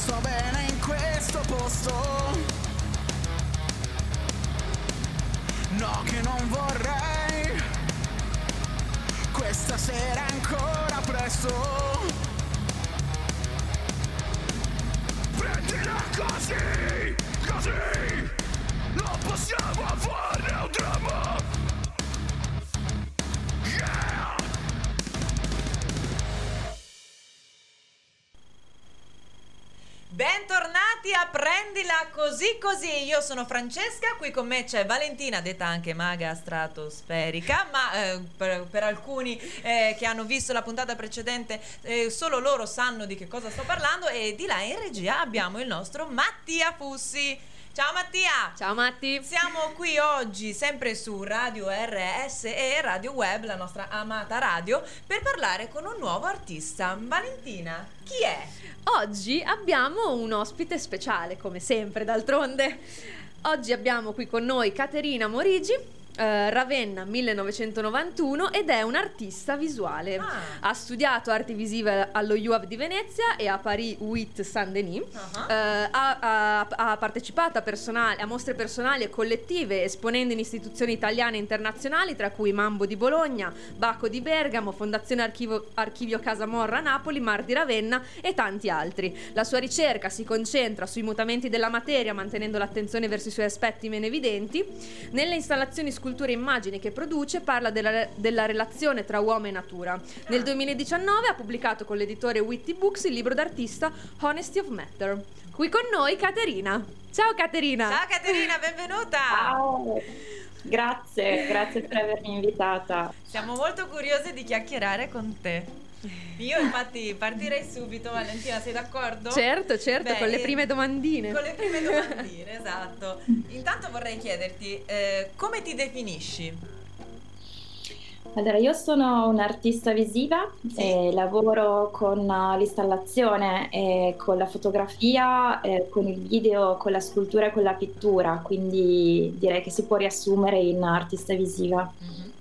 sto bene in questo posto. No, che non vorrei. Questa sera è ancora presto. Prendila così, così. Non possiamo farne un dramma. Yeah! Bentornati a Prendila Così Così. Io sono Francesca, qui con me c'è Valentina, detta anche maga stratosferica, ma per alcuni che hanno visto la puntata precedente solo loro sanno di che cosa sto parlando. E di là in regia abbiamo il nostro Mattia Fussi. Ciao Mattia! Ciao Matti! Siamo qui oggi sempre su Radio RSE, Radio Web, la nostra amata radio, per parlare con un nuovo artista. Valentina, chi è? Oggi abbiamo un ospite speciale, come sempre, d'altronde. Oggi abbiamo qui con noi Caterina Morigi, Ravenna 1991, ed è un'artista visuale. Ha studiato arti visive allo UAV di Venezia e a Paris 8 Saint-Denis. Ha partecipato a mostre personali e collettive, esponendo in istituzioni italiane e internazionali, tra cui Mambo di Bologna, Baco di Bergamo, Fondazione Archivio Casa Morra a Napoli, Mar di Ravenna e tanti altri. La sua ricerca si concentra sui mutamenti della materia, mantenendo l'attenzione verso i suoi aspetti meno evidenti. Nelle installazioni, sculture e immagini che produce, parla della relazione tra uomo e natura. Nel 2019 ha pubblicato con l'editore Witty Books il libro d'artista Honesty of Matter. Qui con noi Caterina. Ciao Caterina! Ciao Caterina, benvenuta! Ciao! Grazie per avermi invitata. Siamo molto curiose di chiacchierare con te. Io infatti partirei subito. Valentina, sei d'accordo? Certo, Beh, con le prime domandine. Con le prime domandine, esatto. Intanto vorrei chiederti come ti definisci? Allora, io sono un'artista visiva e lavoro con l'installazione, con la fotografia, con il video, con la scultura e con la pittura, quindi direi che si può riassumere in artista visiva.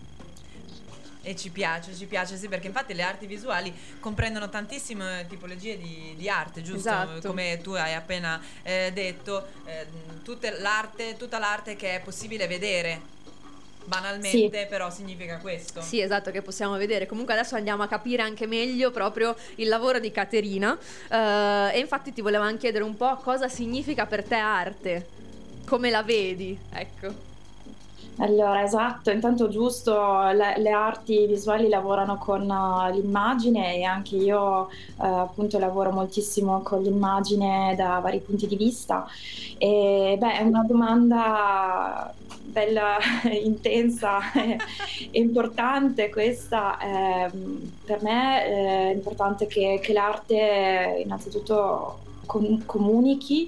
E ci piace, sì, perché infatti le arti visuali comprendono tantissime tipologie di arte, giusto? Esatto. Come tu hai appena detto, tutta l'arte che è possibile vedere. Banalmente, Sì. però significa questo. Sì, esatto, che possiamo vedere. Comunque adesso andiamo a capire anche meglio proprio il lavoro di Caterina, e infatti ti volevo anche chiedere un po' cosa significa per te arte, come la vedi, ecco. Allora, esatto, intanto giusto, le arti visuali lavorano con l'immagine e anche io appunto lavoro moltissimo con l'immagine da vari punti di vista. E beh, è una domanda bella intensa e importante questa. Per me è importante che l'arte innanzitutto comunichi,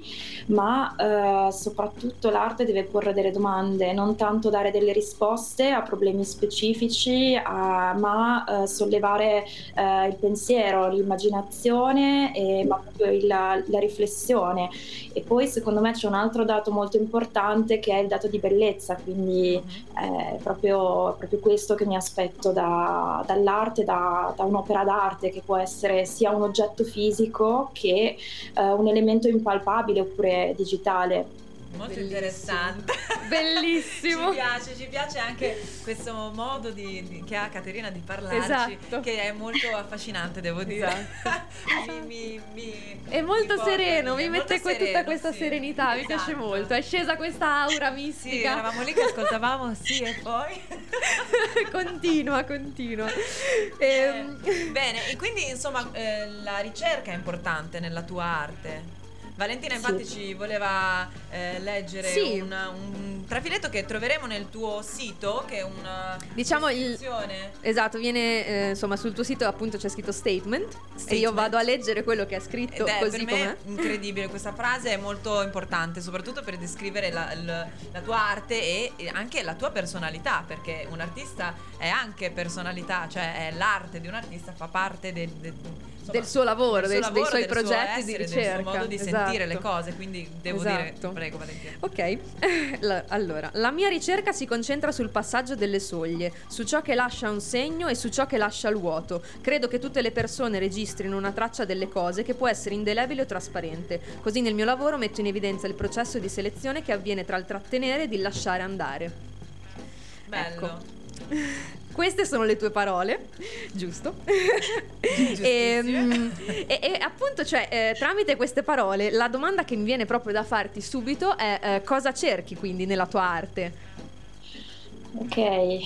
ma soprattutto l'arte deve porre delle domande, non tanto dare delle risposte a problemi specifici, ma sollevare il pensiero, l'immaginazione, ma proprio la riflessione. E poi secondo me c'è un altro dato molto importante che è il dato di bellezza, quindi è proprio questo che mi aspetto dall'arte, da un'opera d'arte, che può essere sia un oggetto fisico che un elemento impalpabile oppure digitale. Molto Bellissimo. interessante. Bellissimo. Ci piace anche questo modo che ha Caterina di parlarci, Esatto. che è molto affascinante, devo dire. È molto porta sereno, via, mi mette molto qui tutta sereno, questa sì. serenità, mi piace Esatto. molto. È scesa questa aura Sì, mistica. eravamo lì che ascoltavamo, sì, e poi continua. bene, e quindi insomma la ricerca è importante nella tua arte. Valentina infatti ci voleva leggere Sì. un trafiletto che troveremo nel tuo sito, che è una Diciamo descrizione. Esatto, viene insomma sul tuo sito appunto c'è scritto statement e io vado a leggere quello che è scritto Ed è così per me com'è. incredibile, questa frase è molto importante, soprattutto per descrivere la tua arte e anche la tua personalità, perché un artista è anche personalità, cioè è l'arte di un artista fa parte del suo lavoro, del suo dei lavoro, suoi del suo progetti essere, di ricerca, del suo modo di esatto. sentire le cose, quindi devo dire, Esatto. prego Valentina. Ok, allora, la mia ricerca si concentra sul passaggio delle soglie, su ciò che lascia un segno e su ciò che lascia il vuoto. Credo che tutte le persone registrino una traccia delle cose che può essere indelebile o trasparente. Così nel mio lavoro metto in evidenza il processo di selezione che avviene tra il trattenere e il lasciare andare. Bello. Ecco. Queste sono le tue parole, giusto? e appunto, cioè, tramite queste parole, la domanda che mi viene proprio da farti subito è cosa cerchi quindi nella tua arte? Ok,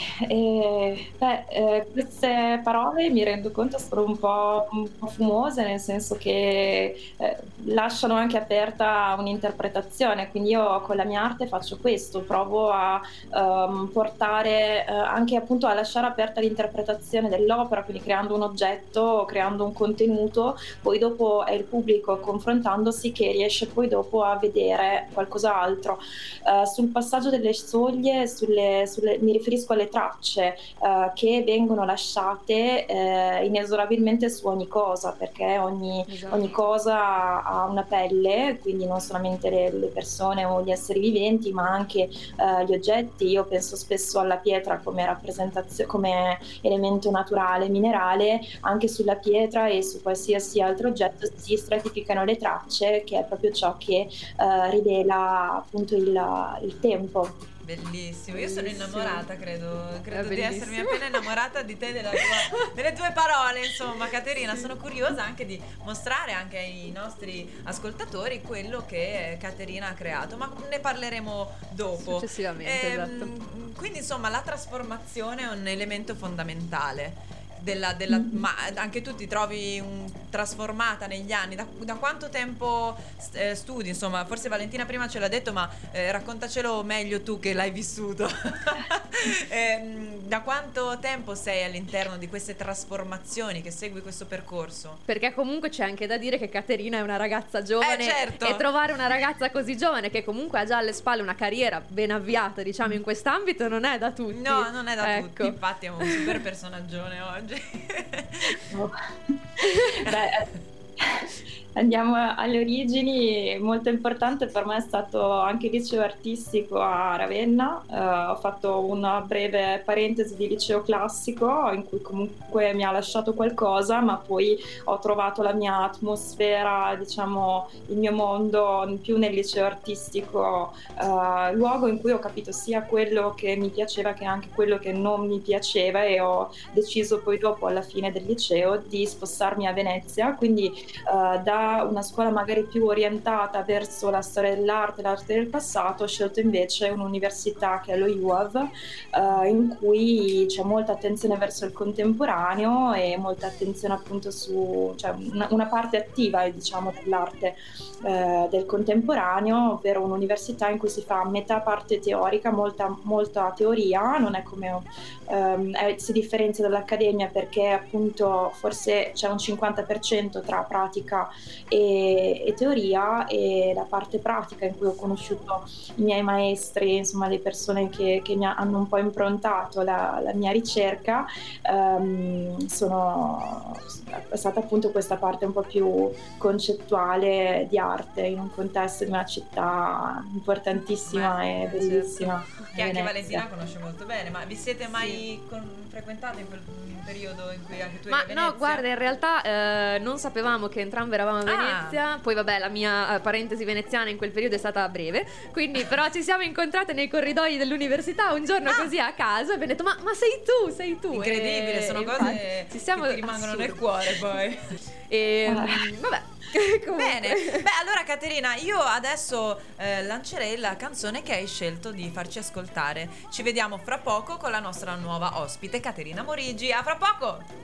queste parole mi rendo conto sono un po' fumose, nel senso che lasciano anche aperta un'interpretazione, quindi io con la mia arte faccio questo, provo a portare anche appunto a lasciare aperta l'interpretazione dell'opera, quindi creando un oggetto, creando un contenuto, poi dopo è il pubblico confrontandosi che riesce poi dopo a vedere qualcos'altro. Sul passaggio delle soglie, mi riferisco alle tracce che vengono lasciate inesorabilmente su ogni cosa, perché ogni cosa ha una pelle, quindi non solamente le persone o gli esseri viventi, ma anche gli oggetti. Io penso spesso alla pietra come come elemento naturale, minerale. Anche sulla pietra e su qualsiasi altro oggetto si stratificano le tracce, che è proprio ciò che rivela appunto il tempo. Bellissimo, io sono innamorata, credo di bellissimo. essermi appena innamorata di te, delle tue parole, insomma, Caterina. Sono curiosa anche di mostrare anche ai nostri ascoltatori quello che Caterina ha creato, ma ne parleremo dopo. Successivamente, esatto. Quindi insomma la trasformazione è un elemento fondamentale. Ma anche tu ti trovi trasformata negli anni. Da quanto tempo studi? Insomma, forse Valentina prima ce l'ha detto, ma raccontacelo meglio tu che l'hai vissuto. Da quanto tempo sei all'interno di queste trasformazioni, che segui questo percorso? Perché comunque c'è anche da dire che Caterina è una ragazza giovane, certo. E trovare una ragazza così giovane che comunque ha già alle spalle una carriera ben avviata, diciamo, in quest'ambito non è da tutti. No, non è da Ecco. tutti. Infatti è un super personaggione oggi. Andiamo alle origini. Molto importante per me è stato anche il liceo artistico a Ravenna. Ho fatto una breve parentesi di liceo classico in cui comunque mi ha lasciato qualcosa, ma poi ho trovato la mia atmosfera, diciamo il mio mondo più nel liceo artistico, luogo in cui ho capito sia quello che mi piaceva che anche quello che non mi piaceva, e ho deciso poi dopo, alla fine del liceo, di spostarmi a Venezia, quindi da una scuola magari più orientata verso la storia dell'arte, l'arte del passato, ho scelto invece un'università che è lo UAV, in cui c'è molta attenzione verso il contemporaneo e molta attenzione appunto cioè una parte attiva, diciamo, dell'arte del contemporaneo, ovvero un'università in cui si fa metà parte teorica, molta teoria. Non è come si differenzia dall'accademia perché appunto forse c'è un 50% tra pratica e teoria, e la parte pratica in cui ho conosciuto i miei maestri, insomma le persone che hanno un po' improntato la mia ricerca, è stata appunto questa parte un po' più concettuale di arte in un contesto di una città importantissima e bellissima. Certo. Che anche Valentina conosce molto bene. Ma vi siete mai frequentate in quel periodo in cui anche tu eri a Venezia? No, guarda, in realtà non sapevamo che entrambe eravamo a Venezia. Poi vabbè, la mia parentesi veneziana in quel periodo è stata breve, quindi però ci siamo incontrate nei corridoi dell'università un giorno così a caso e abbiamo detto ma sei tu. Incredibile, sono cose che ti rimangono nel cuore poi. Vabbè. Bene, allora Caterina, io adesso lancerei la canzone che hai scelto di farci ascoltare. Ci vediamo fra poco con la nostra nuova ospite Caterina Morigi. A fra poco!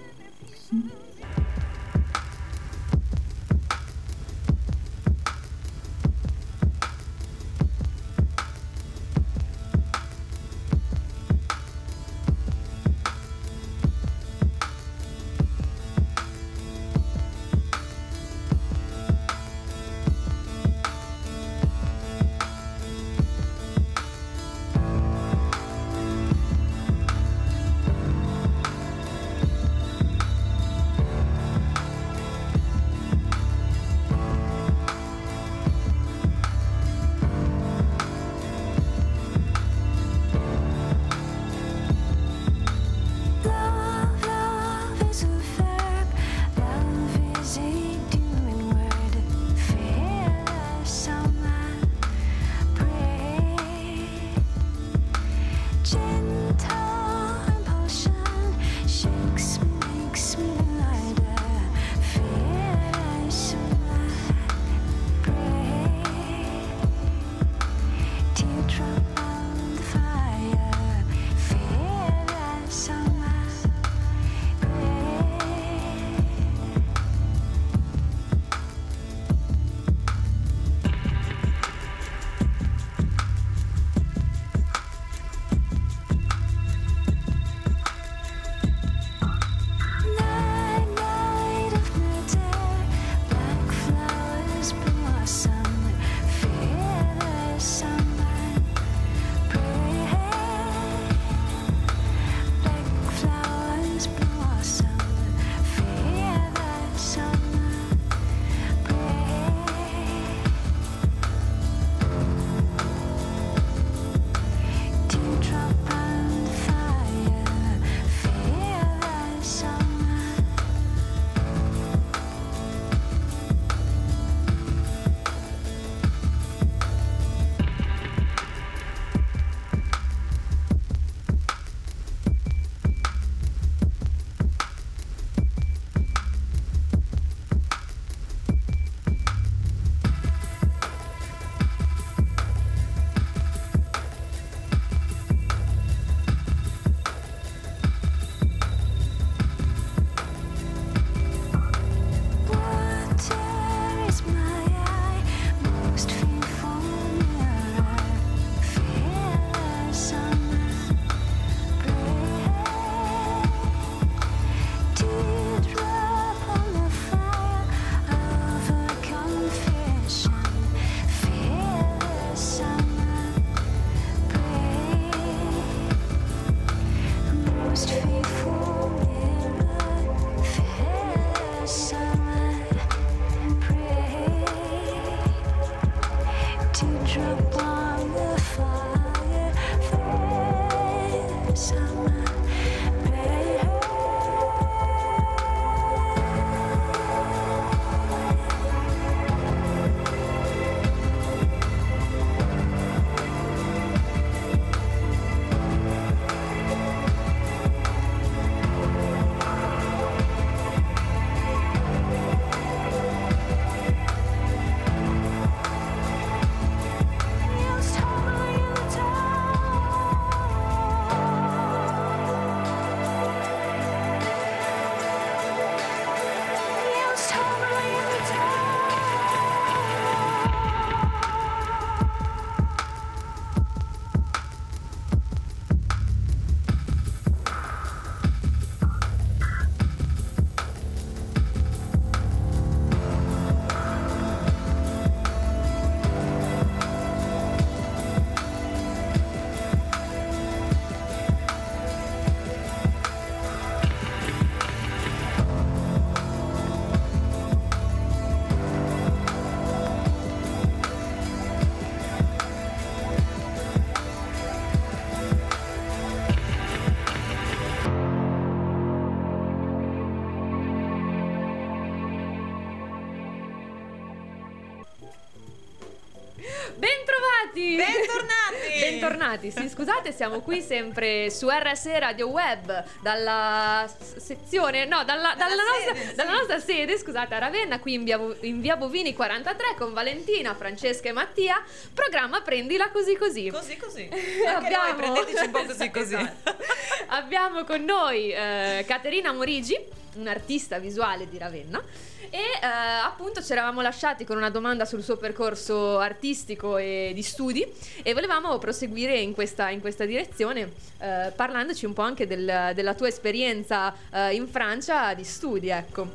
Bentrovati! Bentornati! Bentornati, sì, scusate, siamo qui sempre su RSE Radio Web dalla sezione, no, dalla nostra sede, scusate, a Ravenna, qui in via Bovini 43 con Valentina, Francesca e Mattia, programma Prendila così così. Così così. Anche noi prendeteci un po' così così. Esatto. Abbiamo con noi Caterina Morigi, un'artista visuale di Ravenna. E appunto ci eravamo lasciati con una domanda sul suo percorso artistico e di studi e volevamo proseguire in questa direzione, parlandoci un po' anche della tua esperienza in Francia di studi, ecco.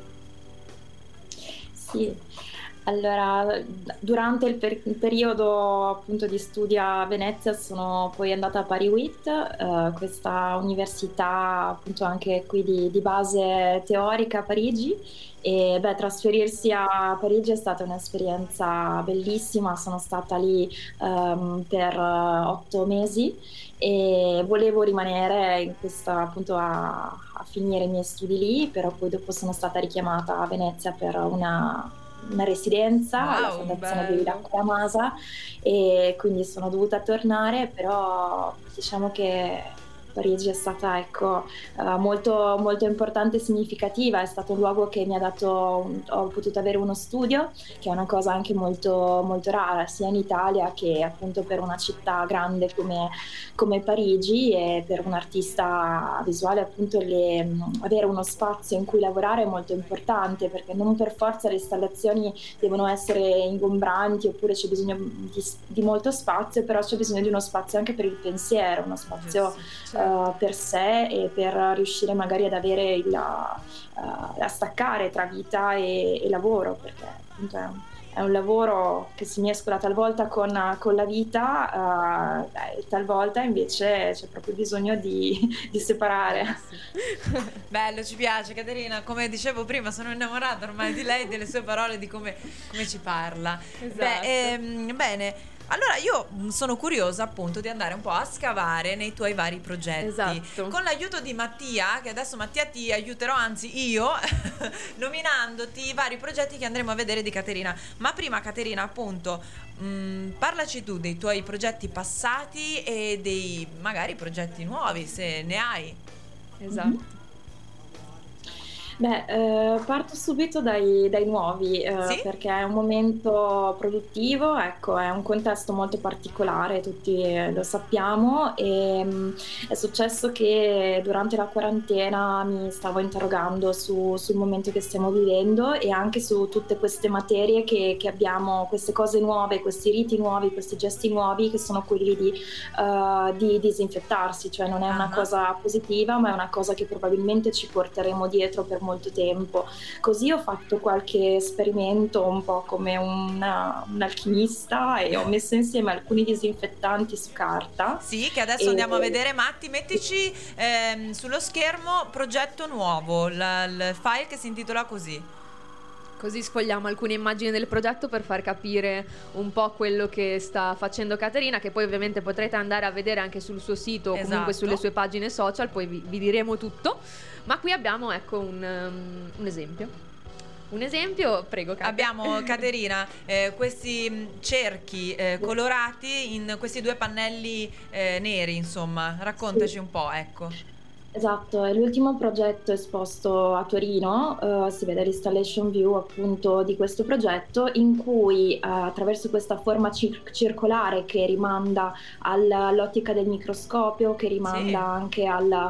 Sì, allora durante il periodo appunto di studio a Venezia sono poi andata a Paris 8, questa università appunto anche qui di base teorica a Parigi. E beh, trasferirsi a Parigi è stata un'esperienza bellissima, sono stata lì per 8 mesi e volevo rimanere in questa, appunto a finire i miei studi lì, però poi dopo sono stata richiamata a Venezia per una una residenza alla Wow, Fondazione bello. Bevilacqua Masa, e quindi sono dovuta tornare, però diciamo che Parigi è stata, ecco, molto, molto importante e significativa. È stato un luogo che mi ha dato, ho potuto avere uno studio, che è una cosa anche molto, molto rara, sia in Italia che appunto per una città grande come Parigi, e per un artista visuale appunto avere uno spazio in cui lavorare è molto importante, perché non per forza le installazioni devono essere ingombranti oppure c'è bisogno di molto spazio, però c'è bisogno di uno spazio anche per il pensiero, uno spazio Giusto. per sé, e per riuscire magari ad avere a staccare tra vita e lavoro, perché appunto è un lavoro che si mescola talvolta con la vita, e talvolta invece c'è proprio bisogno di separare. Bello, ci piace Caterina, come dicevo prima sono innamorata ormai di lei, delle sue parole, di come ci parla. Esatto. Bene, allora io sono curiosa appunto di andare un po' a scavare nei tuoi vari progetti. Esatto. Con l'aiuto di Mattia, che adesso Mattia ti aiuterò, anzi io, nominandoti i vari progetti che andremo a vedere di Caterina. Ma prima Caterina, appunto, parlaci tu dei tuoi progetti passati e dei magari progetti nuovi, se ne hai. Esatto. Beh, parto subito dai nuovi, Sì? perché è un momento produttivo, ecco, è un contesto molto particolare, tutti lo sappiamo, e è successo che durante la quarantena mi stavo interrogando sul momento che stiamo vivendo, e anche su tutte queste materie che abbiamo, queste cose nuove, questi riti nuovi, questi gesti nuovi, che sono quelli di disinfettarsi, cioè non è una cosa positiva, ma è una cosa che probabilmente ci porteremo dietro per molto tempo. Così ho fatto qualche esperimento, un po' come un alchimista, e ho messo insieme alcuni disinfettanti su carta. Sì, che adesso andiamo a vedere. Matti, mettici sullo schermo progetto nuovo, il file che si intitola così. Così sfogliamo alcune immagini del progetto per far capire un po' quello che sta facendo Caterina, che poi ovviamente potrete andare a vedere anche sul suo sito o comunque Esatto. sulle sue pagine social, poi vi diremo tutto. Ma qui abbiamo, ecco, un esempio. Un esempio, prego Caterina. Abbiamo Caterina questi cerchi colorati in questi due pannelli neri, insomma, raccontaci un po', ecco. Esatto, è l'ultimo progetto esposto a Torino, si vede l'installation view appunto di questo progetto, in cui attraverso questa forma circolare che rimanda all'ottica del microscopio, che rimanda Sì. anche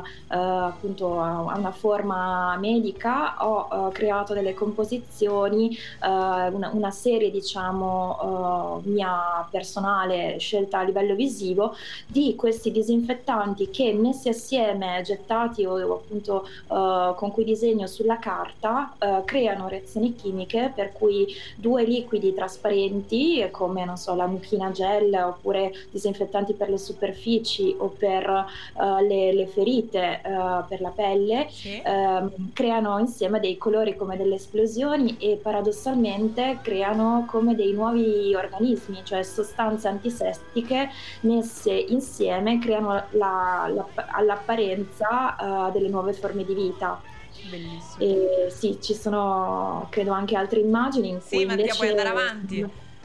appunto a una forma medica, ho creato delle composizioni, una serie diciamo mia personale, scelta a livello visivo, di questi disinfettanti che, messi assieme, gettati o appunto con cui disegno sulla carta, creano reazioni chimiche, per cui due liquidi trasparenti come, non so, la mucchina gel, oppure disinfettanti per le superfici o per le ferite, per la pelle, Sì. creano insieme dei colori come delle esplosioni, e paradossalmente creano come dei nuovi organismi, cioè sostanze antisettiche messe insieme creano all'apparenza delle nuove forme di vita. Bellissimo. E sì, ci sono credo anche altre immagini in cui Sì, Mattia, invece puoi andare avanti.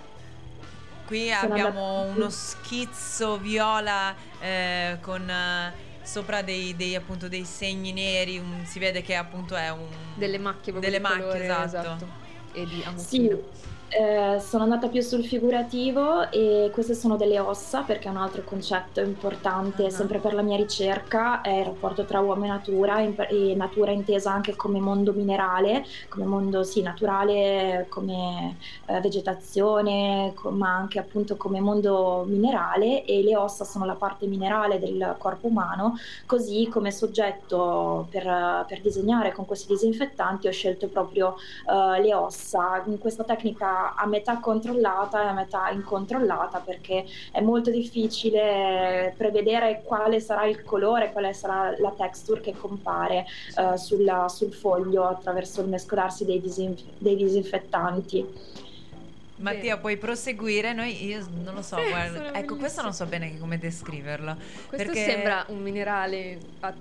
Qui sono abbiamo andata- uno schizzo viola con sopra appunto dei segni neri, si vede che appunto è Delle macchie proprio delle di macchie, colore, esatto. E di Sì, amuchino. sono andata più sul figurativo, e queste sono delle ossa, perché è un altro concetto importante, Ah. sempre per la mia ricerca, è il rapporto tra uomo e natura, e natura intesa anche come mondo minerale, come mondo sì, naturale, come vegetazione, ma anche appunto come mondo minerale, e le ossa sono la parte minerale del corpo umano. Così, come soggetto per disegnare con questi disinfettanti, ho scelto proprio le ossa, in questa tecnica a metà controllata e a metà incontrollata, perché è molto difficile prevedere quale sarà il colore, quale sarà la texture che compare sul foglio attraverso il mescolarsi dei disinfettanti. Mattia, puoi proseguire? Io non lo so, Sì, guarda, sono ecco, questo bellissime. non so bene come descriverlo. Questo perché sembra un minerale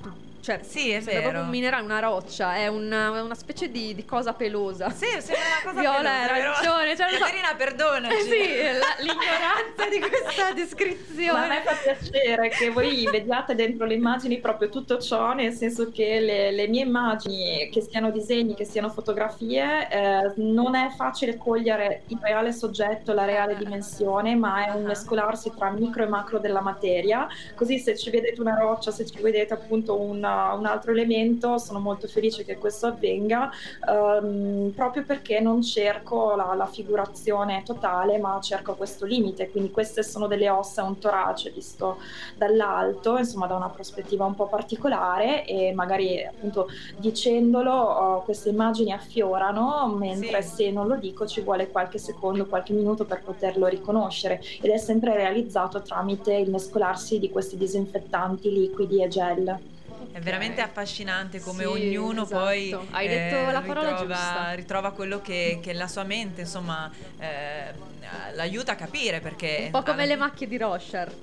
cioè Sì, è sembra vero. proprio un minerale, una roccia, è una specie di cosa pelosa. Sì, sembra una cosa Viola e pelosa, vero? arancione, cioè, non so. Caterina, perdonaci. Sì, l'ignoranza di questa descrizione. Ma a me fa piacere che voi vediate dentro le immagini proprio tutto ciò, nel senso che le mie immagini, che siano disegni, che siano fotografie, non è facile cogliere il reale soggetto, la reale dimensione, ma è un mescolarsi tra micro e macro della materia. Così se ci vedete una roccia, se ci vedete appunto un altro elemento, sono molto felice che questo avvenga, proprio perché non cerco la figurazione totale, ma cerco questo limite. Quindi queste sono delle ossa, un torace visto dall'alto, insomma da una prospettiva un po' particolare, e magari appunto dicendolo queste immagini affiorano, mentre Sì. se non lo dico ci vuole qualche secondo, qualche minuto per poterlo riconoscere, ed è sempre realizzato tramite il mescolarsi di questi disinfettanti liquidi e gel. È veramente affascinante come Sì, ognuno esatto. poi Hai detto la parola giusta. ritrova quello che la sua mente, insomma, l'aiuta a capire, perché Un po' come le macchie di Rorschach.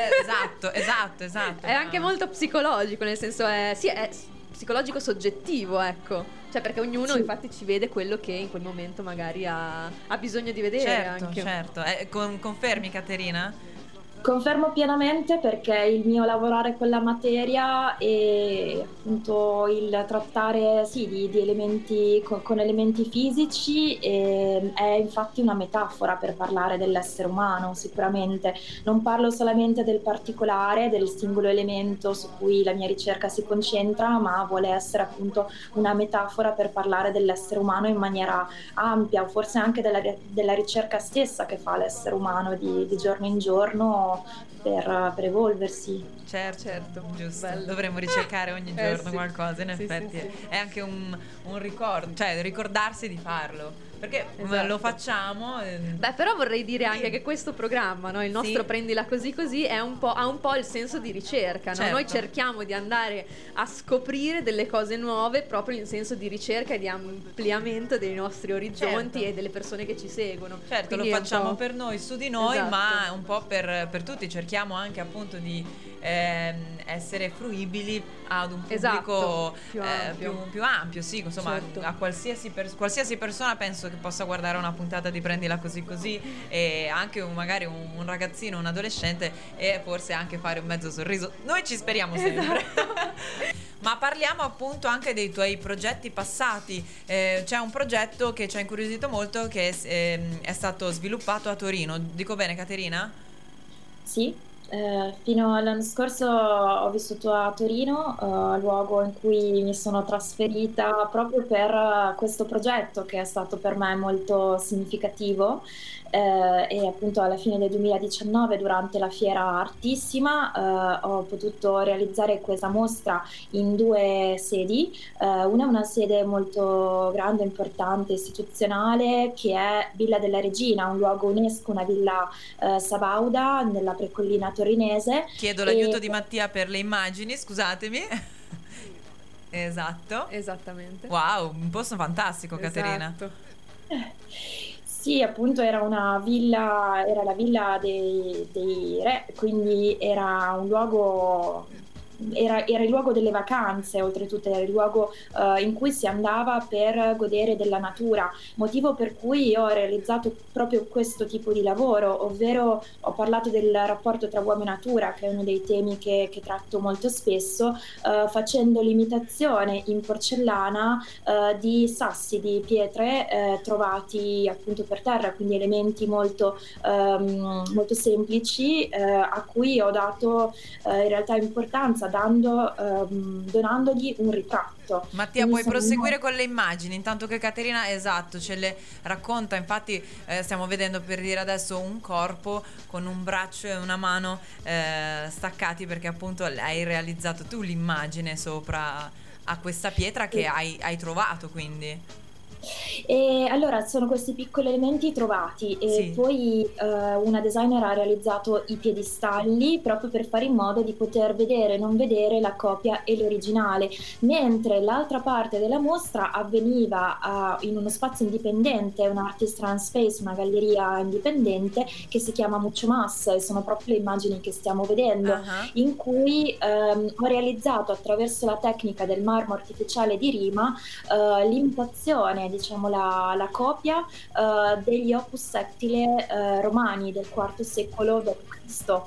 esatto. È anche molto psicologico, nel senso è psicologico soggettivo, ecco. Cioè perché ognuno Sì. infatti ci vede quello che in quel momento magari ha bisogno di vedere Certo, anche. certo. Confermi, Caterina? Confermo pienamente, perché il mio lavorare con la materia e appunto il trattare sì, di elementi con elementi fisici è infatti una metafora per parlare dell'essere umano. Sicuramente non parlo solamente del particolare, del singolo elemento su cui la mia ricerca si concentra, ma vuole essere appunto una metafora per parlare dell'essere umano in maniera ampia, o forse anche della ricerca stessa che fa l'essere umano di giorno in giorno per evolversi. Certo, giusto. bello. Dovremmo ricercare ogni giorno Sì. qualcosa, in Sì, effetti. sì, sì. È anche un ricordo, cioè ricordarsi di farlo. Perché Esatto. lo facciamo. Beh, però vorrei dire anche che questo programma, no, il nostro Sì. Prendila così così, ha un po' il senso di ricerca, no? Certo. Noi cerchiamo di andare a scoprire delle cose nuove proprio in senso di ricerca e di ampliamento dei nostri orizzonti Certo. e delle persone che ci seguono. Certo, Quindi lo è un facciamo po'. per noi, su di noi, Esatto. ma un po' per tutti. Cerchiamo anche appunto di essere fruibili ad un pubblico Esatto, più ampio. più ampio, sì, insomma, Certo. a qualsiasi persona penso che possa guardare una puntata di Prendila così così, e anche magari un ragazzino, un adolescente, e forse anche fare un mezzo sorriso. Noi ci speriamo sempre. Ma parliamo appunto anche dei tuoi progetti passati. C'è un progetto che ci ha incuriosito molto, che è stato sviluppato a Torino. Dico bene, Caterina? Sì, fino all'anno scorso ho vissuto a Torino, luogo in cui mi sono trasferita proprio per questo progetto che è stato per me molto significativo. E appunto alla fine del 2019, durante la Fiera Artissima, ho potuto realizzare questa mostra in due sedi. Una è una sede molto grande, importante, istituzionale, che è Villa della Regina, un luogo UNESCO, una villa sabauda nella precollina torinese. Chiedo E l'aiuto di Mattia per le immagini, scusatemi. Esatto. Esattamente. Wow, un posto fantastico, Caterina. Esatto. Sì, appunto era una villa, era la villa dei re, quindi era un luogo, era il luogo delle vacanze, oltretutto era il luogo in cui si andava per godere della natura, motivo per cui io ho realizzato proprio questo tipo di lavoro, ovvero ho parlato del rapporto tra uomo e natura, che è uno dei temi che tratto molto spesso, facendo l'imitazione in porcellana di sassi, di pietre trovati appunto per terra, quindi elementi molto, molto semplici, a cui ho dato in realtà importanza, donandogli un ritratto. Mattia, Quindi puoi sono proseguire con le immagini intanto che Caterina, esatto, ce le racconta. Infatti stiamo vedendo, per dire adesso, un corpo con un braccio e una mano staccati, perché appunto hai realizzato tu l'immagine sopra a questa pietra che hai trovato, quindi. E allora sono questi piccoli elementi trovati e Sì. poi una designer ha realizzato i piedistalli proprio per fare in modo di poter vedere e non vedere la copia e l'originale, mentre l'altra parte della mostra avveniva in uno spazio indipendente, un artist run space, una galleria indipendente che si chiama Mucho Mas e sono proprio le immagini che stiamo vedendo, Ah-ah. in cui ho realizzato attraverso la tecnica del marmo artificiale di Rima l'imitazione, diciamo la copia degli opus settile romani del IV secolo d.C.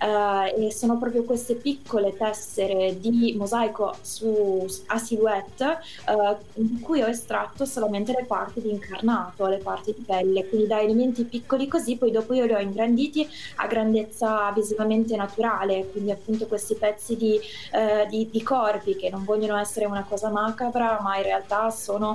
E sono proprio queste piccole tessere di mosaico a silhouette in cui ho estratto solamente le parti di incarnato, le parti di pelle, quindi da elementi piccoli così, poi dopo io li ho ingranditi a grandezza visivamente naturale, quindi appunto questi pezzi di corpi che non vogliono essere una cosa macabra, ma in realtà sono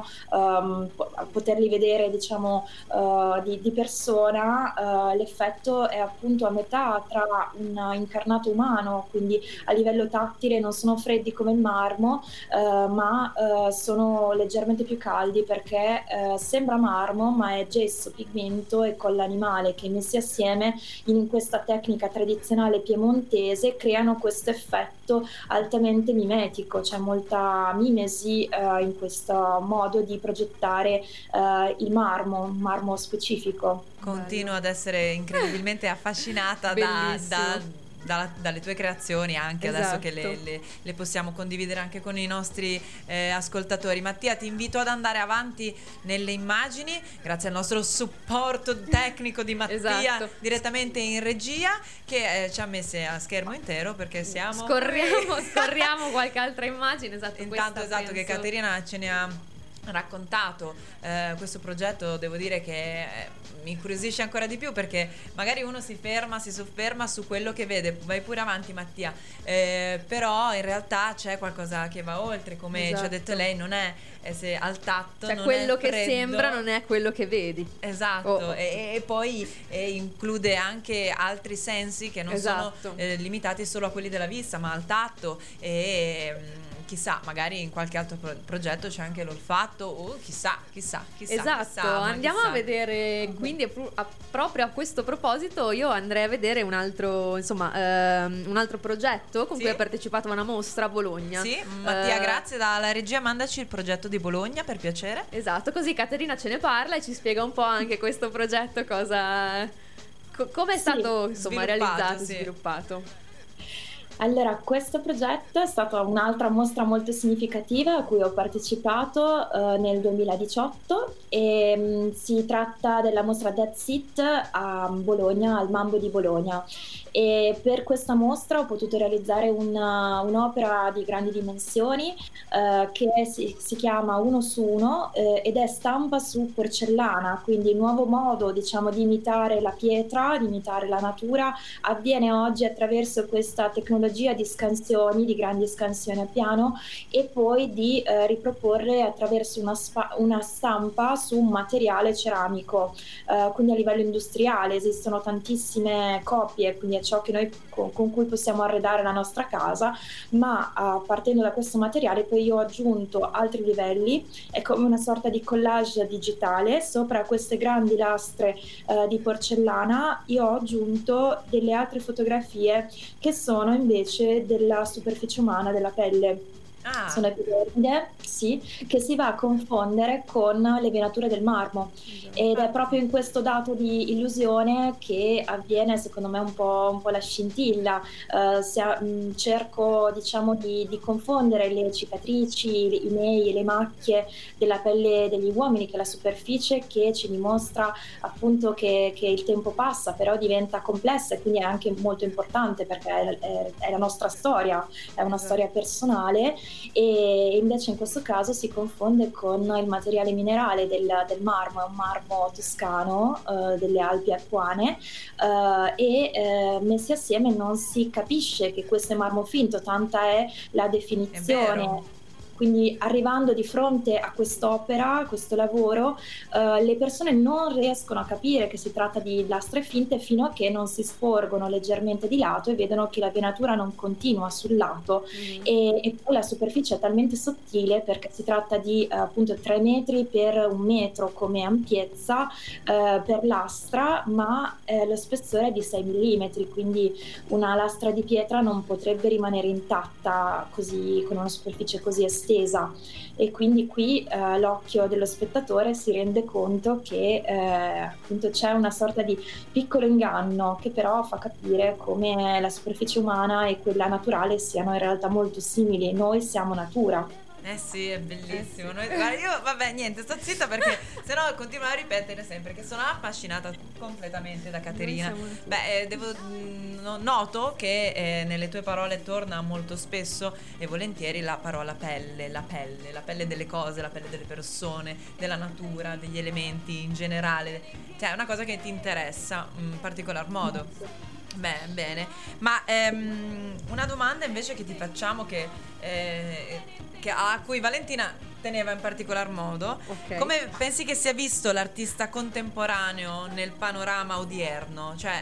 poterli vedere diciamo di persona, l'effetto è appunto a metà tra un incarnato umano, quindi a livello tattile non sono freddi come il marmo, ma sono leggermente più caldi perché sembra marmo ma è gesso, pigmento e colla animale che messi assieme in questa tecnica tradizionale piemontese creano questo effetto altamente mimetico, c'è molta mimesi in questo modo di progettare il marmo, un marmo specifico. Continuo ad essere incredibilmente affascinata Bellissimo. dalle tue creazioni, anche adesso che Esatto. le possiamo condividere anche con i nostri ascoltatori. Mattia, ti invito ad andare avanti nelle immagini, grazie al nostro supporto tecnico di Mattia, Esatto. direttamente in regia, che ci ha messe a schermo intero perché siamo Scorriamo qualche altra immagine. Esatto, intanto, questa esatto, che penso- Caterina ce ne ha raccontato questo progetto. Devo dire che mi incuriosisce ancora di più, perché magari uno si sofferma su quello che vede. Vai pure avanti, Mattia. Però in realtà c'è qualcosa che va oltre, come ci ha Esatto. detto lei, non è se al tatto, Cioè non quello è che freddo. sembra non è quello che vedi. Esatto, Oh. e poi include anche altri sensi che non Esatto. sono limitati solo a quelli della vista, ma al tatto e chissà, magari in qualche altro progetto c'è anche l'olfatto o chissà. Esatto, ma andiamo chissà. a vedere, quindi proprio a questo proposito io andrei a vedere un altro, insomma, un altro progetto con Sì. cui ha partecipato a una mostra a Bologna. Sì, Mattia, Eh, grazie. Dalla regia mandaci il progetto di Bologna, per piacere. Esatto, così Caterina ce ne parla e ci spiega un po' anche questo progetto come è Sì, stato insomma sviluppato, realizzato e sì. sviluppato. Allora, questo progetto è stata un'altra mostra molto significativa a cui ho partecipato nel 2018 e si tratta della mostra That's It a Bologna, al Mambo di Bologna. E per questa mostra ho potuto realizzare un'opera di grandi dimensioni che si chiama Uno su Uno ed è stampa su porcellana, quindi il nuovo modo, diciamo, di imitare la pietra, di imitare la natura avviene oggi attraverso questa tecnologia di scansioni, di grandi scansioni a piano e poi di riproporre attraverso una stampa su un materiale ceramico, quindi a livello industriale esistono tantissime copie, quindi è ciò che noi con cui possiamo arredare la nostra casa, ma partendo da questo materiale poi io ho aggiunto altri livelli, è come una sorta di collage digitale sopra queste grandi lastre di porcellana. Io ho aggiunto delle altre fotografie che sono invece della superficie umana, della pelle. Ah, Sono epidermide, sì, che si va a confondere con le venature del marmo ed è proprio in questo dato di illusione che avviene secondo me un po' la scintilla. Cerco diciamo di confondere le cicatrici, i nei e le macchie della pelle degli uomini, che è la superficie che ci dimostra appunto che il tempo passa, però diventa complessa e quindi è anche molto importante perché è la nostra storia, è una storia personale e invece in questo caso si confonde con il materiale minerale del marmo, è un marmo toscano delle Alpi Arcuane messi assieme non si capisce che questo è marmo finto, tanta è la è definizione. vero. Quindi arrivando di fronte a quest'opera, a questo lavoro, le persone non riescono a capire che si tratta di lastre finte fino a che non si sporgono leggermente di lato e vedono che la venatura non continua sul lato e poi la superficie è talmente sottile perché si tratta di appunto 3 metri per 1 metro come ampiezza per lastra, ma lo spessore è di 6 millimetri, quindi una lastra di pietra non potrebbe rimanere intatta così, con una superficie così estesa, e quindi qui l'occhio dello spettatore si rende conto che appunto c'è una sorta di piccolo inganno che però fa capire come la superficie umana e quella naturale siano in realtà molto simili. Noi siamo natura. Eh sì, è bellissimo. Guarda, io vabbè, niente, sto zitta perché sennò continuo a ripetere sempre che sono affascinata completamente da Caterina. Beh, noto che nelle tue parole torna molto spesso e volentieri la parola pelle, la pelle delle cose, la pelle delle persone, della natura, degli elementi in generale. Cioè, è una cosa che ti interessa in particolar modo. Beh, bene, ma una domanda invece che ti facciamo a cui Valentina teneva in particolar modo, come pensi che sia visto l'artista contemporaneo nel panorama odierno? Cioè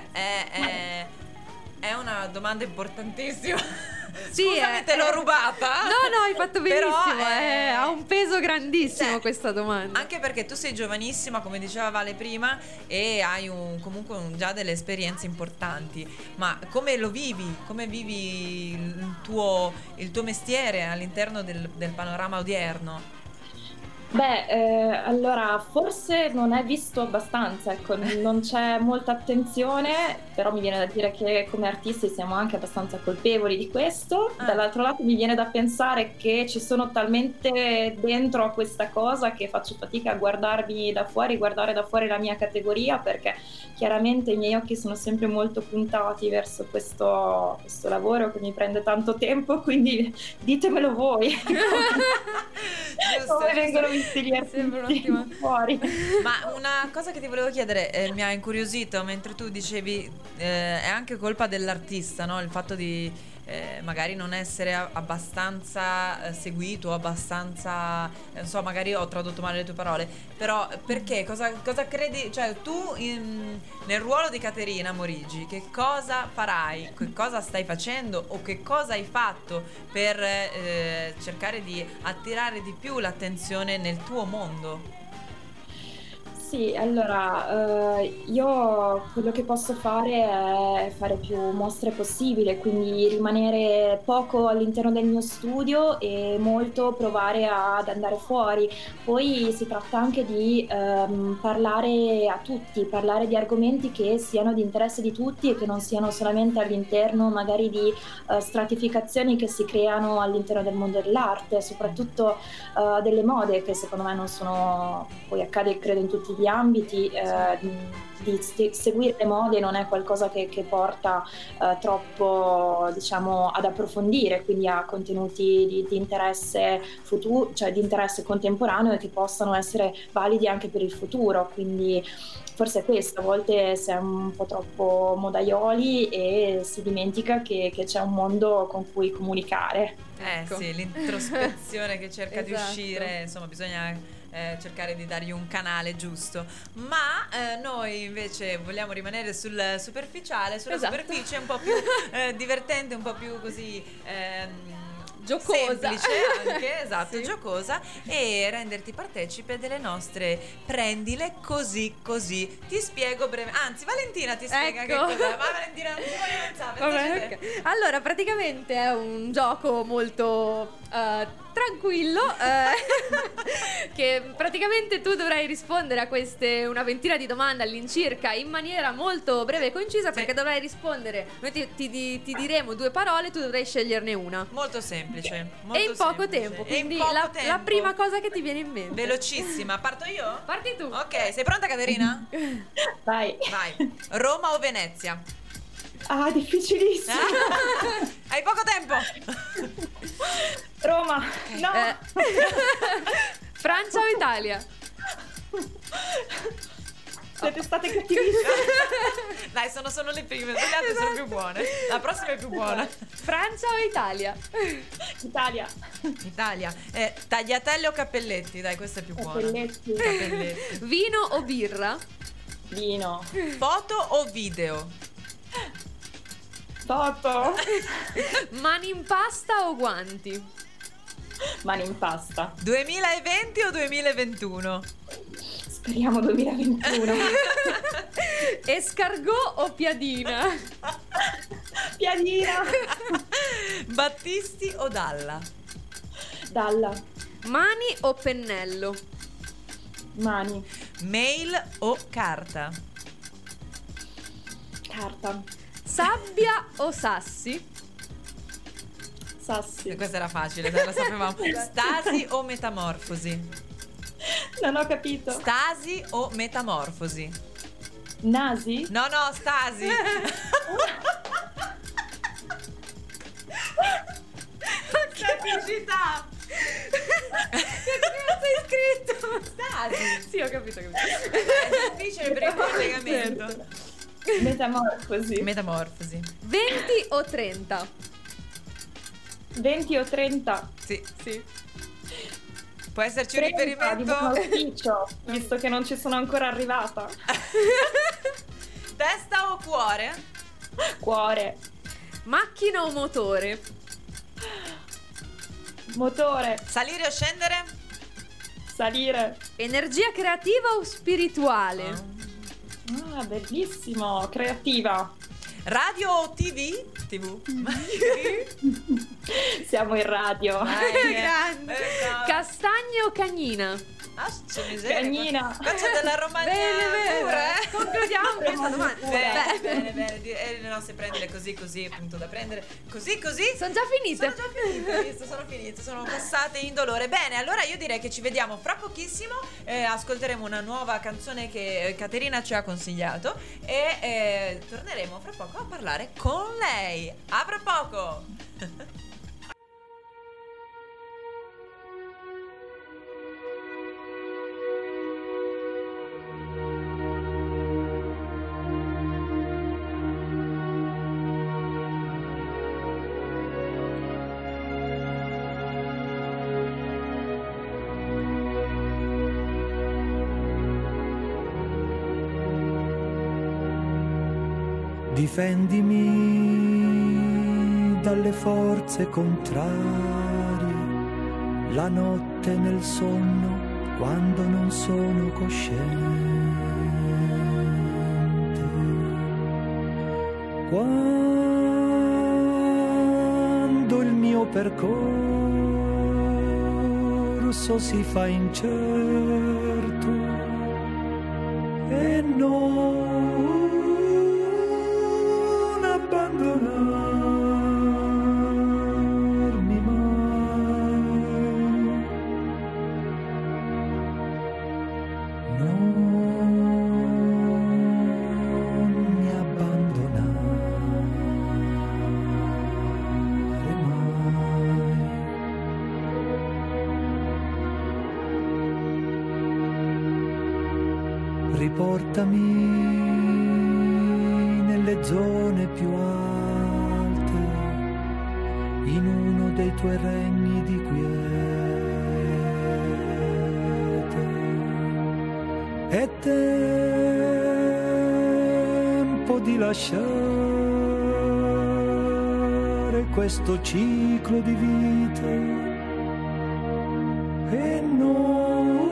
è una domanda importantissima. Sì, scusami, te l'ho rubata. No, hai fatto benissimo. Però ha un peso grandissimo questa domanda. Anche perché tu sei giovanissima, come diceva Vale prima, e hai comunque già delle esperienze importanti. Ma come lo vivi? Come vivi il tuo mestiere all'interno del panorama odierno? Beh, allora forse non è visto abbastanza, ecco, non c'è molta attenzione, però mi viene da dire che come artisti siamo anche abbastanza colpevoli di questo. Dall'altro lato mi viene da pensare che ci sono talmente dentro a questa cosa che faccio fatica a guardare da fuori la mia categoria, perché chiaramente i miei occhi sono sempre molto puntati verso questo lavoro che mi prende tanto tempo, quindi ditemelo voi. Come vengono visti gli artisti fuori. Ma una cosa che ti volevo chiedere, mi ha incuriosito mentre tu dicevi è anche colpa dell'artista, no? Il fatto di magari non essere abbastanza seguito, abbastanza non so, magari ho tradotto male le tue parole, però perché? Cosa credi? Cioè tu nel ruolo di Caterina Morigi che cosa farai? Che cosa stai facendo o che cosa hai fatto per cercare di attirare di più l'attenzione nel tuo mondo? Sì, allora io quello che posso fare è fare più mostre possibile, quindi rimanere poco all'interno del mio studio e molto provare ad andare fuori. Poi si tratta anche di parlare a tutti, parlare di argomenti che siano di interesse di tutti e che non siano solamente all'interno magari di stratificazioni che si creano all'interno del mondo dell'arte, soprattutto delle mode, che secondo me non sono, poi accade credo in tutti gli ambiti, di seguire le mode non è qualcosa che porta troppo, diciamo, ad approfondire, quindi a contenuti di interesse futuro, cioè di interesse contemporaneo e che possano essere validi anche per il futuro. Quindi forse è questo, a volte si è un po' troppo modaioli e si dimentica che c'è un mondo con cui comunicare. Ecco. Sì, l'introspezione che cerca di Esatto. uscire, insomma bisogna cercare di dargli un canale giusto, ma noi invece vogliamo rimanere sul superficiale, sulla superficie un po' più divertente, un po' più così giocosa, semplice anche, esatto, sì. Giocosa, e renderti partecipe delle nostre prendile così. Ti spiego breve, anzi Valentina ti spiega che cos'è. Ma Valentina non ti voglio pensare. Okay. Allora praticamente è un gioco molto tranquillo che praticamente tu dovrai rispondere a queste una ventina di domande all'incirca in maniera molto breve e concisa, sì. Perché dovrai rispondere, noi ti diremo 2 parole, tu dovrai sceglierne una. Molto semplice, molto e in poco tempo, quindi la prima cosa che ti viene in mente. Velocissima. Parto io? Parti tu. Ok, sei pronta Caterina? Vai. Roma o Venezia? Ah, difficilissimo. Hai poco tempo. Roma. No. Francia o Italia? Siete state cattivissime. Dai, sono solo le prime, le altre sono più buone. La prossima è più buona. Francia o Italia? Italia. Italia. Tagliatelle o cappelletti? Dai, questa è più buona. Cappelletti. Cappelletti. Vino o birra? Vino. Foto o video? Foto. Mani in pasta o guanti? Mani in pasta. 2020 o 2021? Speriamo 2021. Escargot o piadina? Piadina. Battisti o Dalla? Dalla. Mani o pennello? Mani. Mail o carta? Carta. Sabbia o sassi? Sassi. Questa era facile, dai, la sapevamo. Stasi o metamorfosi? Non ho capito. Stasi o metamorfosi? Nasi? No, Stasi. Semplicità. Che cazzo hai scritto? Stasi. Sì, ho capito. È difficile per il collegamento. Metamorfosi. Metamorfosi. 20 o 30? 20 o 30? Sì. Sì. Può esserci un 30 di buon riferimento? auspicio, visto che non ci sono ancora arrivata. Testa o cuore? Cuore. Macchina o motore? Motore. Salire o scendere? Salire. Energia creativa o spirituale? Ah, bellissimo. Creativa. Radio o TV? TV. Siamo in radio. Grande. Castagne o cagnina? Cagnina. Qua c'è della Romagna pure, eh? Concludiamo questa domanda. Bene. Le nostre prendere così, appunto da prendere. Così. Sono già finite. Sono finite, sono passate indolore. Bene, allora io direi che ci vediamo fra pochissimo. Ascolteremo una nuova canzone che Caterina ci ha consigliato. E torneremo fra poco a parlare con lei. A fra poco! Difendimi dalle forze contrarie, la notte nel sonno quando non sono cosciente. Quando il mio percorso si fa incerto e non abbandonarmi mai, non mi abbandonare mai. Riportami nelle zone più alte, in uno dei tuoi regni di quiete. È tempo di lasciare questo ciclo di vita e non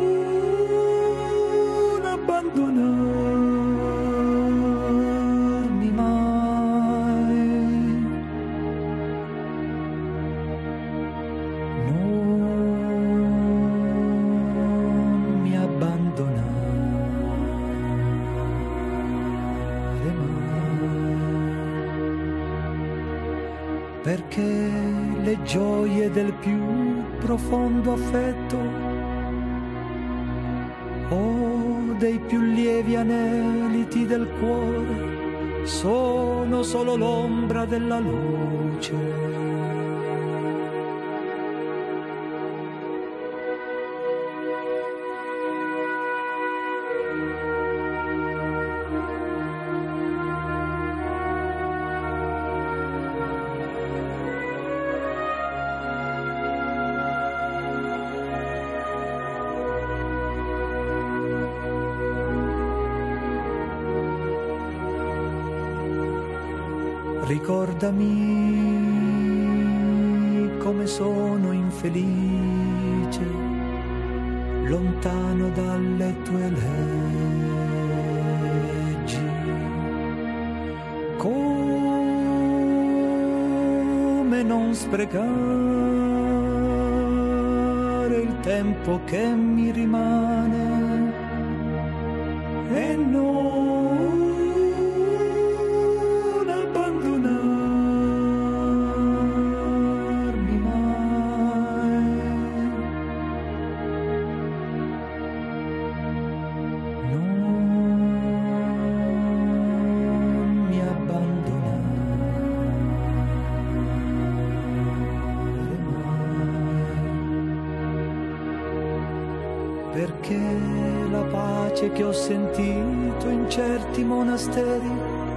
abbandonarmi mai, non mi abbandonare mai, perché le gioie del più profondo affetto o dei più lievi aneliti del cuore sono solo l'ombra della luce. Ricordami come sono infelice, lontano dalle tue leggi. Come non sprecare il tempo che mi rimane e non abbandonarmi mai. Non mi abbandonare mai, perché la pace che ho sentito in certi monasteri,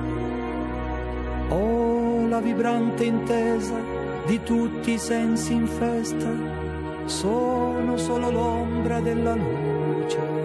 o la vibrante intesa di tutti i sensi in festa, sono solo l'ombra della luce.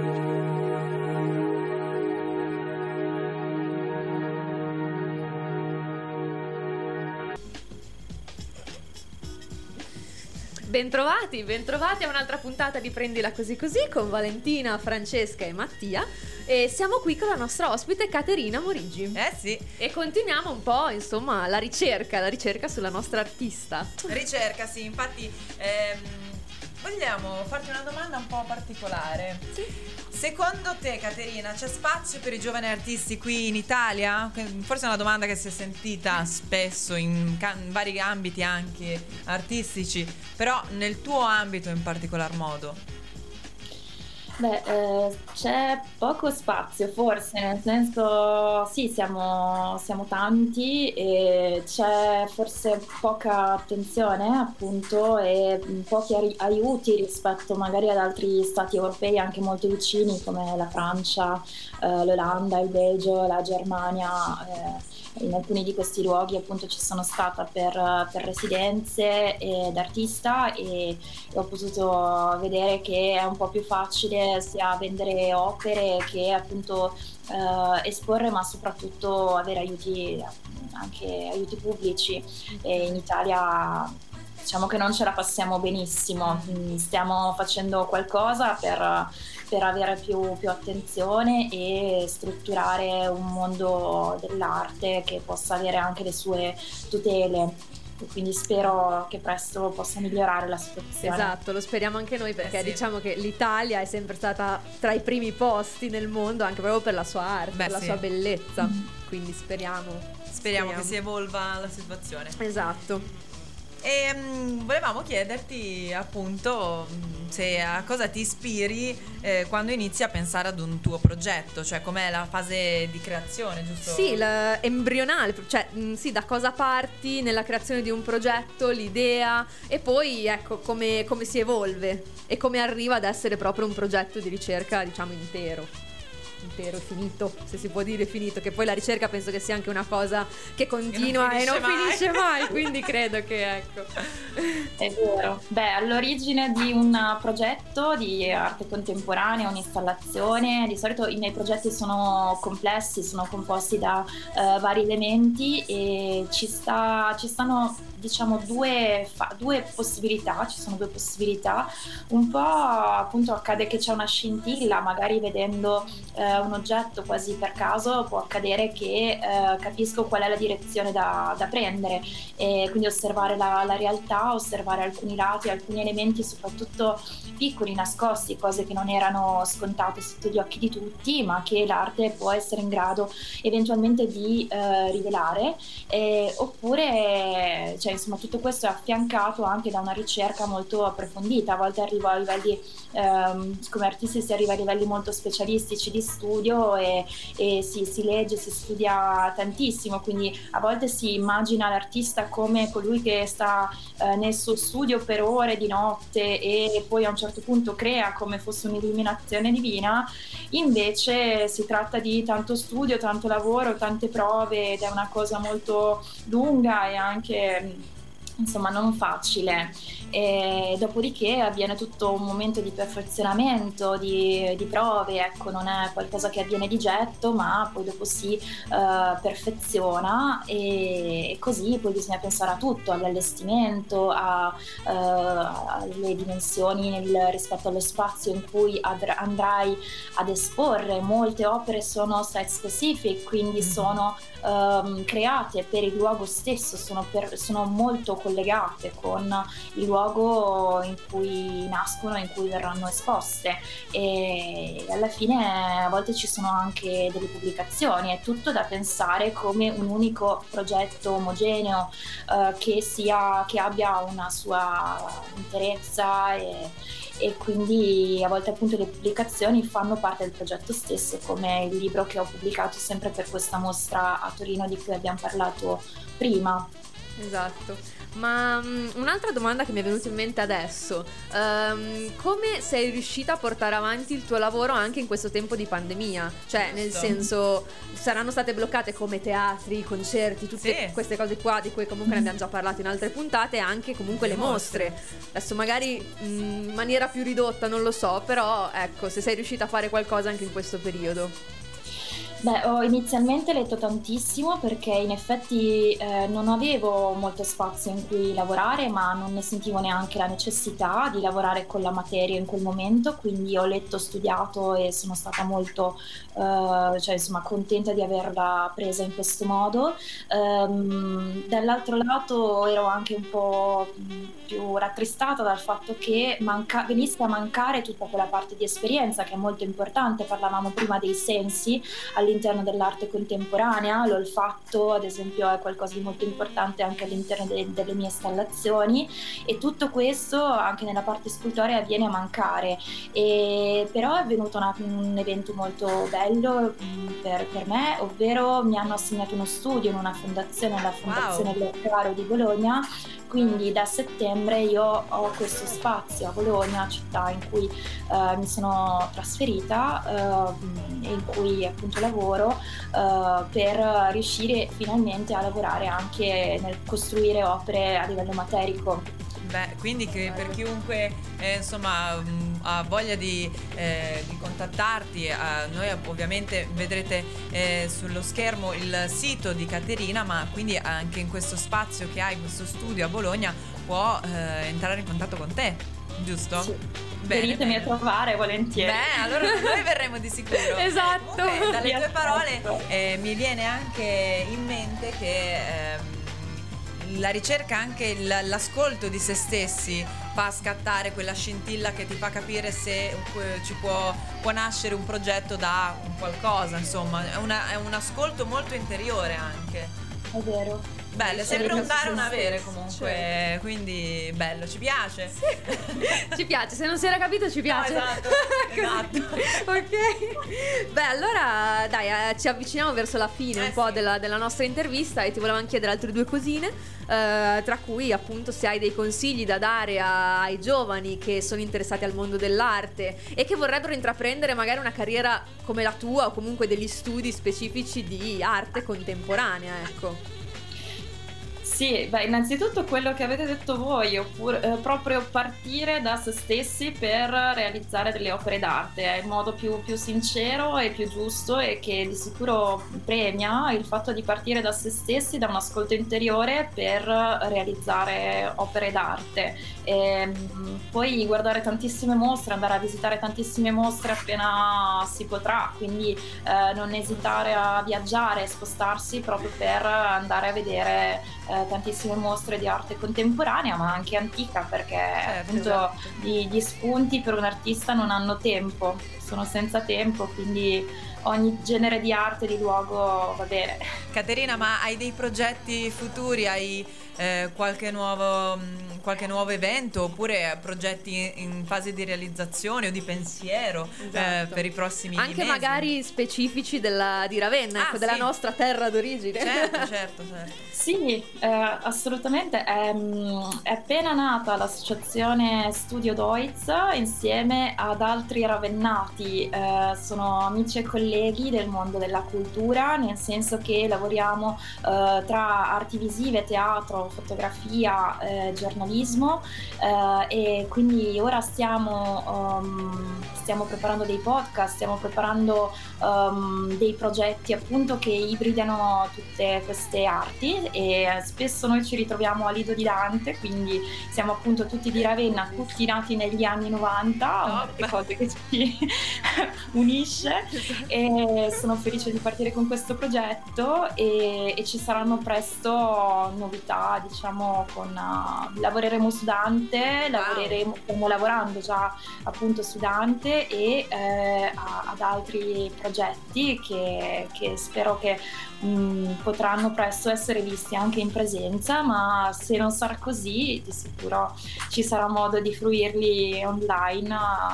Bentrovati a un'altra puntata di Prendila Così Così con Valentina, Francesca e Mattia, e siamo qui con la nostra ospite Caterina Morigi. Sì. E continuiamo un po', insomma, la ricerca sulla nostra artista. Ricerca, sì, infatti vogliamo farti una domanda un po' particolare. Sì. Secondo te, Caterina, c'è spazio per i giovani artisti qui in Italia? Forse è una domanda che si è sentita spesso in vari ambiti anche artistici, però nel tuo ambito in particolar modo. C'è poco spazio forse, nel senso sì, siamo tanti e c'è forse poca attenzione appunto e pochi aiuti rispetto magari ad altri stati europei anche molto vicini come la Francia, l'Olanda, il Belgio, la Germania. In alcuni di questi luoghi appunto ci sono stata per residenze d'artista e ho potuto vedere che è un po' più facile sia vendere opere che appunto esporre, ma soprattutto avere aiuti, anche aiuti pubblici. E in Italia diciamo che non ce la passiamo benissimo, stiamo facendo qualcosa per avere più attenzione e strutturare un mondo dell'arte che possa avere anche le sue tutele. E quindi spero che presto possa migliorare la situazione. Esatto, lo speriamo anche noi, perché sì, diciamo che l'Italia è sempre stata tra i primi posti nel mondo anche proprio per la sua arte, per la sì, sua bellezza. Quindi speriamo che si evolva la situazione. Esatto. E volevamo chiederti appunto se a cosa ti ispiri quando inizi a pensare ad un tuo progetto, cioè com'è la fase di creazione, giusto? Sì, embrionale, cioè sì, da cosa parti nella creazione di un progetto, l'idea, e poi ecco come si evolve e come arriva ad essere proprio un progetto di ricerca, diciamo, intero e finito, se si può dire finito, che poi la ricerca penso che sia anche una cosa che continua e non finisce mai, quindi credo che ecco. È vero. All'origine di un progetto di arte contemporanea, un'installazione, di solito i miei progetti sono complessi, sono composti da vari elementi e ci stanno diciamo due possibilità, ci sono due possibilità. Un po' appunto accade che c'è una scintilla, magari vedendo un oggetto quasi per caso può accadere che capisco qual è la direzione da prendere, e quindi osservare la realtà, osservare alcuni lati, alcuni elementi soprattutto piccoli, nascosti, cose che non erano scontate sotto gli occhi di tutti ma che l'arte può essere in grado eventualmente di rivelare, oppure cioè, insomma tutto questo è affiancato anche da una ricerca molto approfondita. A volte arrivo a livelli come artisti si arriva a livelli molto specialistici di studio e si legge, si studia tantissimo, quindi a volte si immagina l'artista come colui che sta nel suo studio per ore di notte e poi a un certo punto crea come fosse un'illuminazione divina. Invece si tratta di tanto studio, tanto lavoro, tante prove ed è una cosa molto lunga e anche insomma non facile. E dopodiché avviene tutto un momento di perfezionamento, di prove, ecco, non è qualcosa che avviene di getto, ma poi dopo si perfeziona, e così poi bisogna pensare a tutto, all'allestimento, alle dimensioni rispetto allo spazio in cui andrai ad esporre. Molte opere sono site specific, quindi sono create per il luogo stesso, sono molto collegate con il luogo in cui nascono, in cui verranno esposte, e alla fine a volte ci sono anche delle pubblicazioni. È tutto da pensare come un unico progetto omogeneo, che abbia una sua interezza, e quindi a volte appunto le pubblicazioni fanno parte del progetto stesso, come il libro che ho pubblicato sempre per questa mostra a Torino di cui abbiamo parlato prima. Esatto. Ma un'altra domanda che mi è venuta in mente adesso, come sei riuscita a portare avanti il tuo lavoro anche in questo tempo di pandemia? Cioè, nel senso, saranno state bloccate come teatri, concerti, tutte queste cose qua di cui comunque ne abbiamo già parlato in altre puntate, e anche comunque le mostre. Adesso magari in maniera più ridotta, non lo so, però ecco, se sei riuscita a fare qualcosa anche in questo periodo. Beh, ho inizialmente letto tantissimo, perché in effetti non avevo molto spazio in cui lavorare, ma non ne sentivo neanche la necessità di lavorare con la materia in quel momento, quindi ho letto, studiato, e sono stata molto cioè, insomma, contenta di averla presa in questo modo. Dall'altro lato ero anche un po' più rattristata dal fatto che venisse a mancare tutta quella parte di esperienza che è molto importante. Parlavamo prima dei sensi all'interno dell'arte contemporanea. L'olfatto, ad esempio, è qualcosa di molto importante anche all'interno delle mie installazioni, e tutto questo anche nella parte scultorea viene a mancare. Però è venuto un evento molto bello per me, ovvero mi hanno assegnato uno studio in una fondazione, la Fondazione Leccaro di Bologna. Quindi da settembre io ho questo spazio a Bologna, città in cui mi sono trasferita, e in cui appunto lavoro, per riuscire finalmente a lavorare anche nel costruire opere a livello materico. Beh, quindi che per chiunque insomma ha voglia di contattarti, noi ovviamente vedrete sullo schermo il sito di Caterina, ma quindi anche in questo spazio che hai, in questo studio a Bologna, può entrare in contatto con te, giusto? Sì. Bene, Venitemi a trovare volentieri. Beh, allora noi verremo di sicuro. Esatto. Comunque, dalle Vi tue parole aspetto. mi viene anche in mente che la ricerca, anche l'ascolto di se stessi fa scattare quella scintilla che ti fa capire se ci può nascere un progetto da un qualcosa, insomma, è un ascolto molto interiore anche. È vero. Bello, è sempre un dare e un Sì, avere comunque, quindi bello, ci piace? Sì. Ci piace, se non si era capito ci piace. No, esatto, esatto. Ok. Beh, allora dai, ci avviciniamo verso la fine un po' sì. della nostra intervista, e ti volevamo chiedere altre due cosine, tra cui appunto se hai dei consigli da dare ai giovani che sono interessati al mondo dell'arte e che vorrebbero intraprendere magari una carriera come la tua, o comunque degli studi specifici di arte contemporanea, ecco. Sì, beh, innanzitutto quello che avete detto voi, oppure proprio partire da se stessi per realizzare delle opere d'arte, è il modo più sincero e più giusto, e che di sicuro premia il fatto di partire da se stessi, da un ascolto interiore, per realizzare opere d'arte. Poi guardare tantissime mostre, andare a visitare tantissime mostre appena si potrà, quindi non esitare a viaggiare e spostarsi proprio per andare a vedere tantissime mostre di arte contemporanea, ma anche antica, perché appunto esatto. gli spunti per un artista non hanno tempo, sono senza tempo, quindi ogni genere di arte, di luogo va bene. Caterina, ma hai dei progetti futuri? Hai qualche nuovo qualche nuovo evento oppure progetti in fase di realizzazione o di pensiero Esatto. per i prossimi Anche mesi? magari specifici di Ravenna, ecco, della sì. nostra terra d'origine. Certo. Sì, assolutamente. È appena nata l'associazione Studio Deutz insieme ad altri ravennati. Sono amici e colleghi del mondo della cultura, nel senso che lavoriamo tra arti visive, teatro, fotografia, giornalismo, e quindi ora stiamo preparando dei podcast, stiamo preparando dei progetti appunto che ibridano tutte queste arti, e spesso noi ci ritroviamo a Lido di Dante, quindi siamo appunto tutti di Ravenna, tutti nati negli anni 90, una delle cose che ci unisce, e sono felice di partire con questo progetto, e ci saranno presto novità, diciamo, lavoreremo su Dante, stiamo lavorando già appunto su Dante e ad altri progetti che spero che potranno presto essere visti anche in presenza, ma se non sarà così di sicuro ci sarà modo di fruirli online.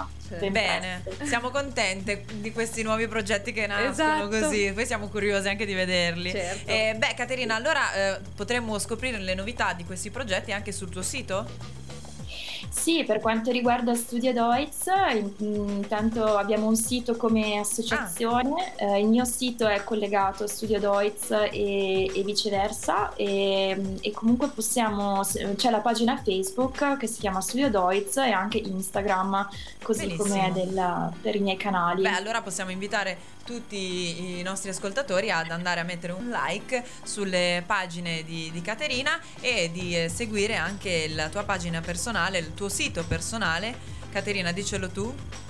Bene, siamo contente di questi nuovi progetti che nascono, Esatto. così poi siamo curiosi anche di vederli. Certo. Caterina, allora potremmo scoprire le novità di questi progetti anche sul tuo sito? Sì, per quanto riguarda Studio Deutz, intanto abbiamo un sito come associazione, il mio sito è collegato a Studio Deutz e viceversa, e comunque c'è la pagina Facebook che si chiama Studio Deutz e anche Instagram, così Benissimo. come per i miei canali. Beh, allora possiamo invitare tutti i nostri ascoltatori ad andare a mettere un like sulle pagine di Caterina e di seguire anche la tua pagina personale, il tuo sito personale. Caterina, dicelo tu.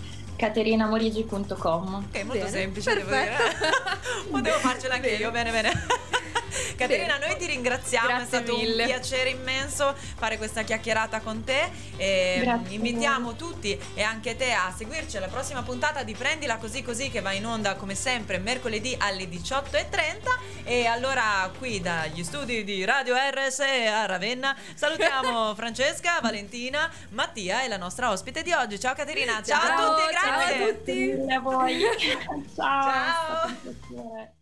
caterinamorigi.com. Che è molto Bene, semplice, devo dire. Potevo farcela anche io, bene. Caterina, noi ti ringraziamo, Grazie è stato mille. un piacere immenso fare questa chiacchierata con te, e Grazie invitiamo tutti e anche te a seguirci alla prossima puntata di Prendila Così Così, che va in onda come sempre mercoledì alle 18:30. E allora qui dagli studi di Radio RSE a Ravenna salutiamo Francesca, Valentina, Mattia e la nostra ospite di oggi. Ciao Caterina, ciao a tutti, grazie. Ciao a tutti. Grazie a voi. Ciao. Ciao. È stato un piacere.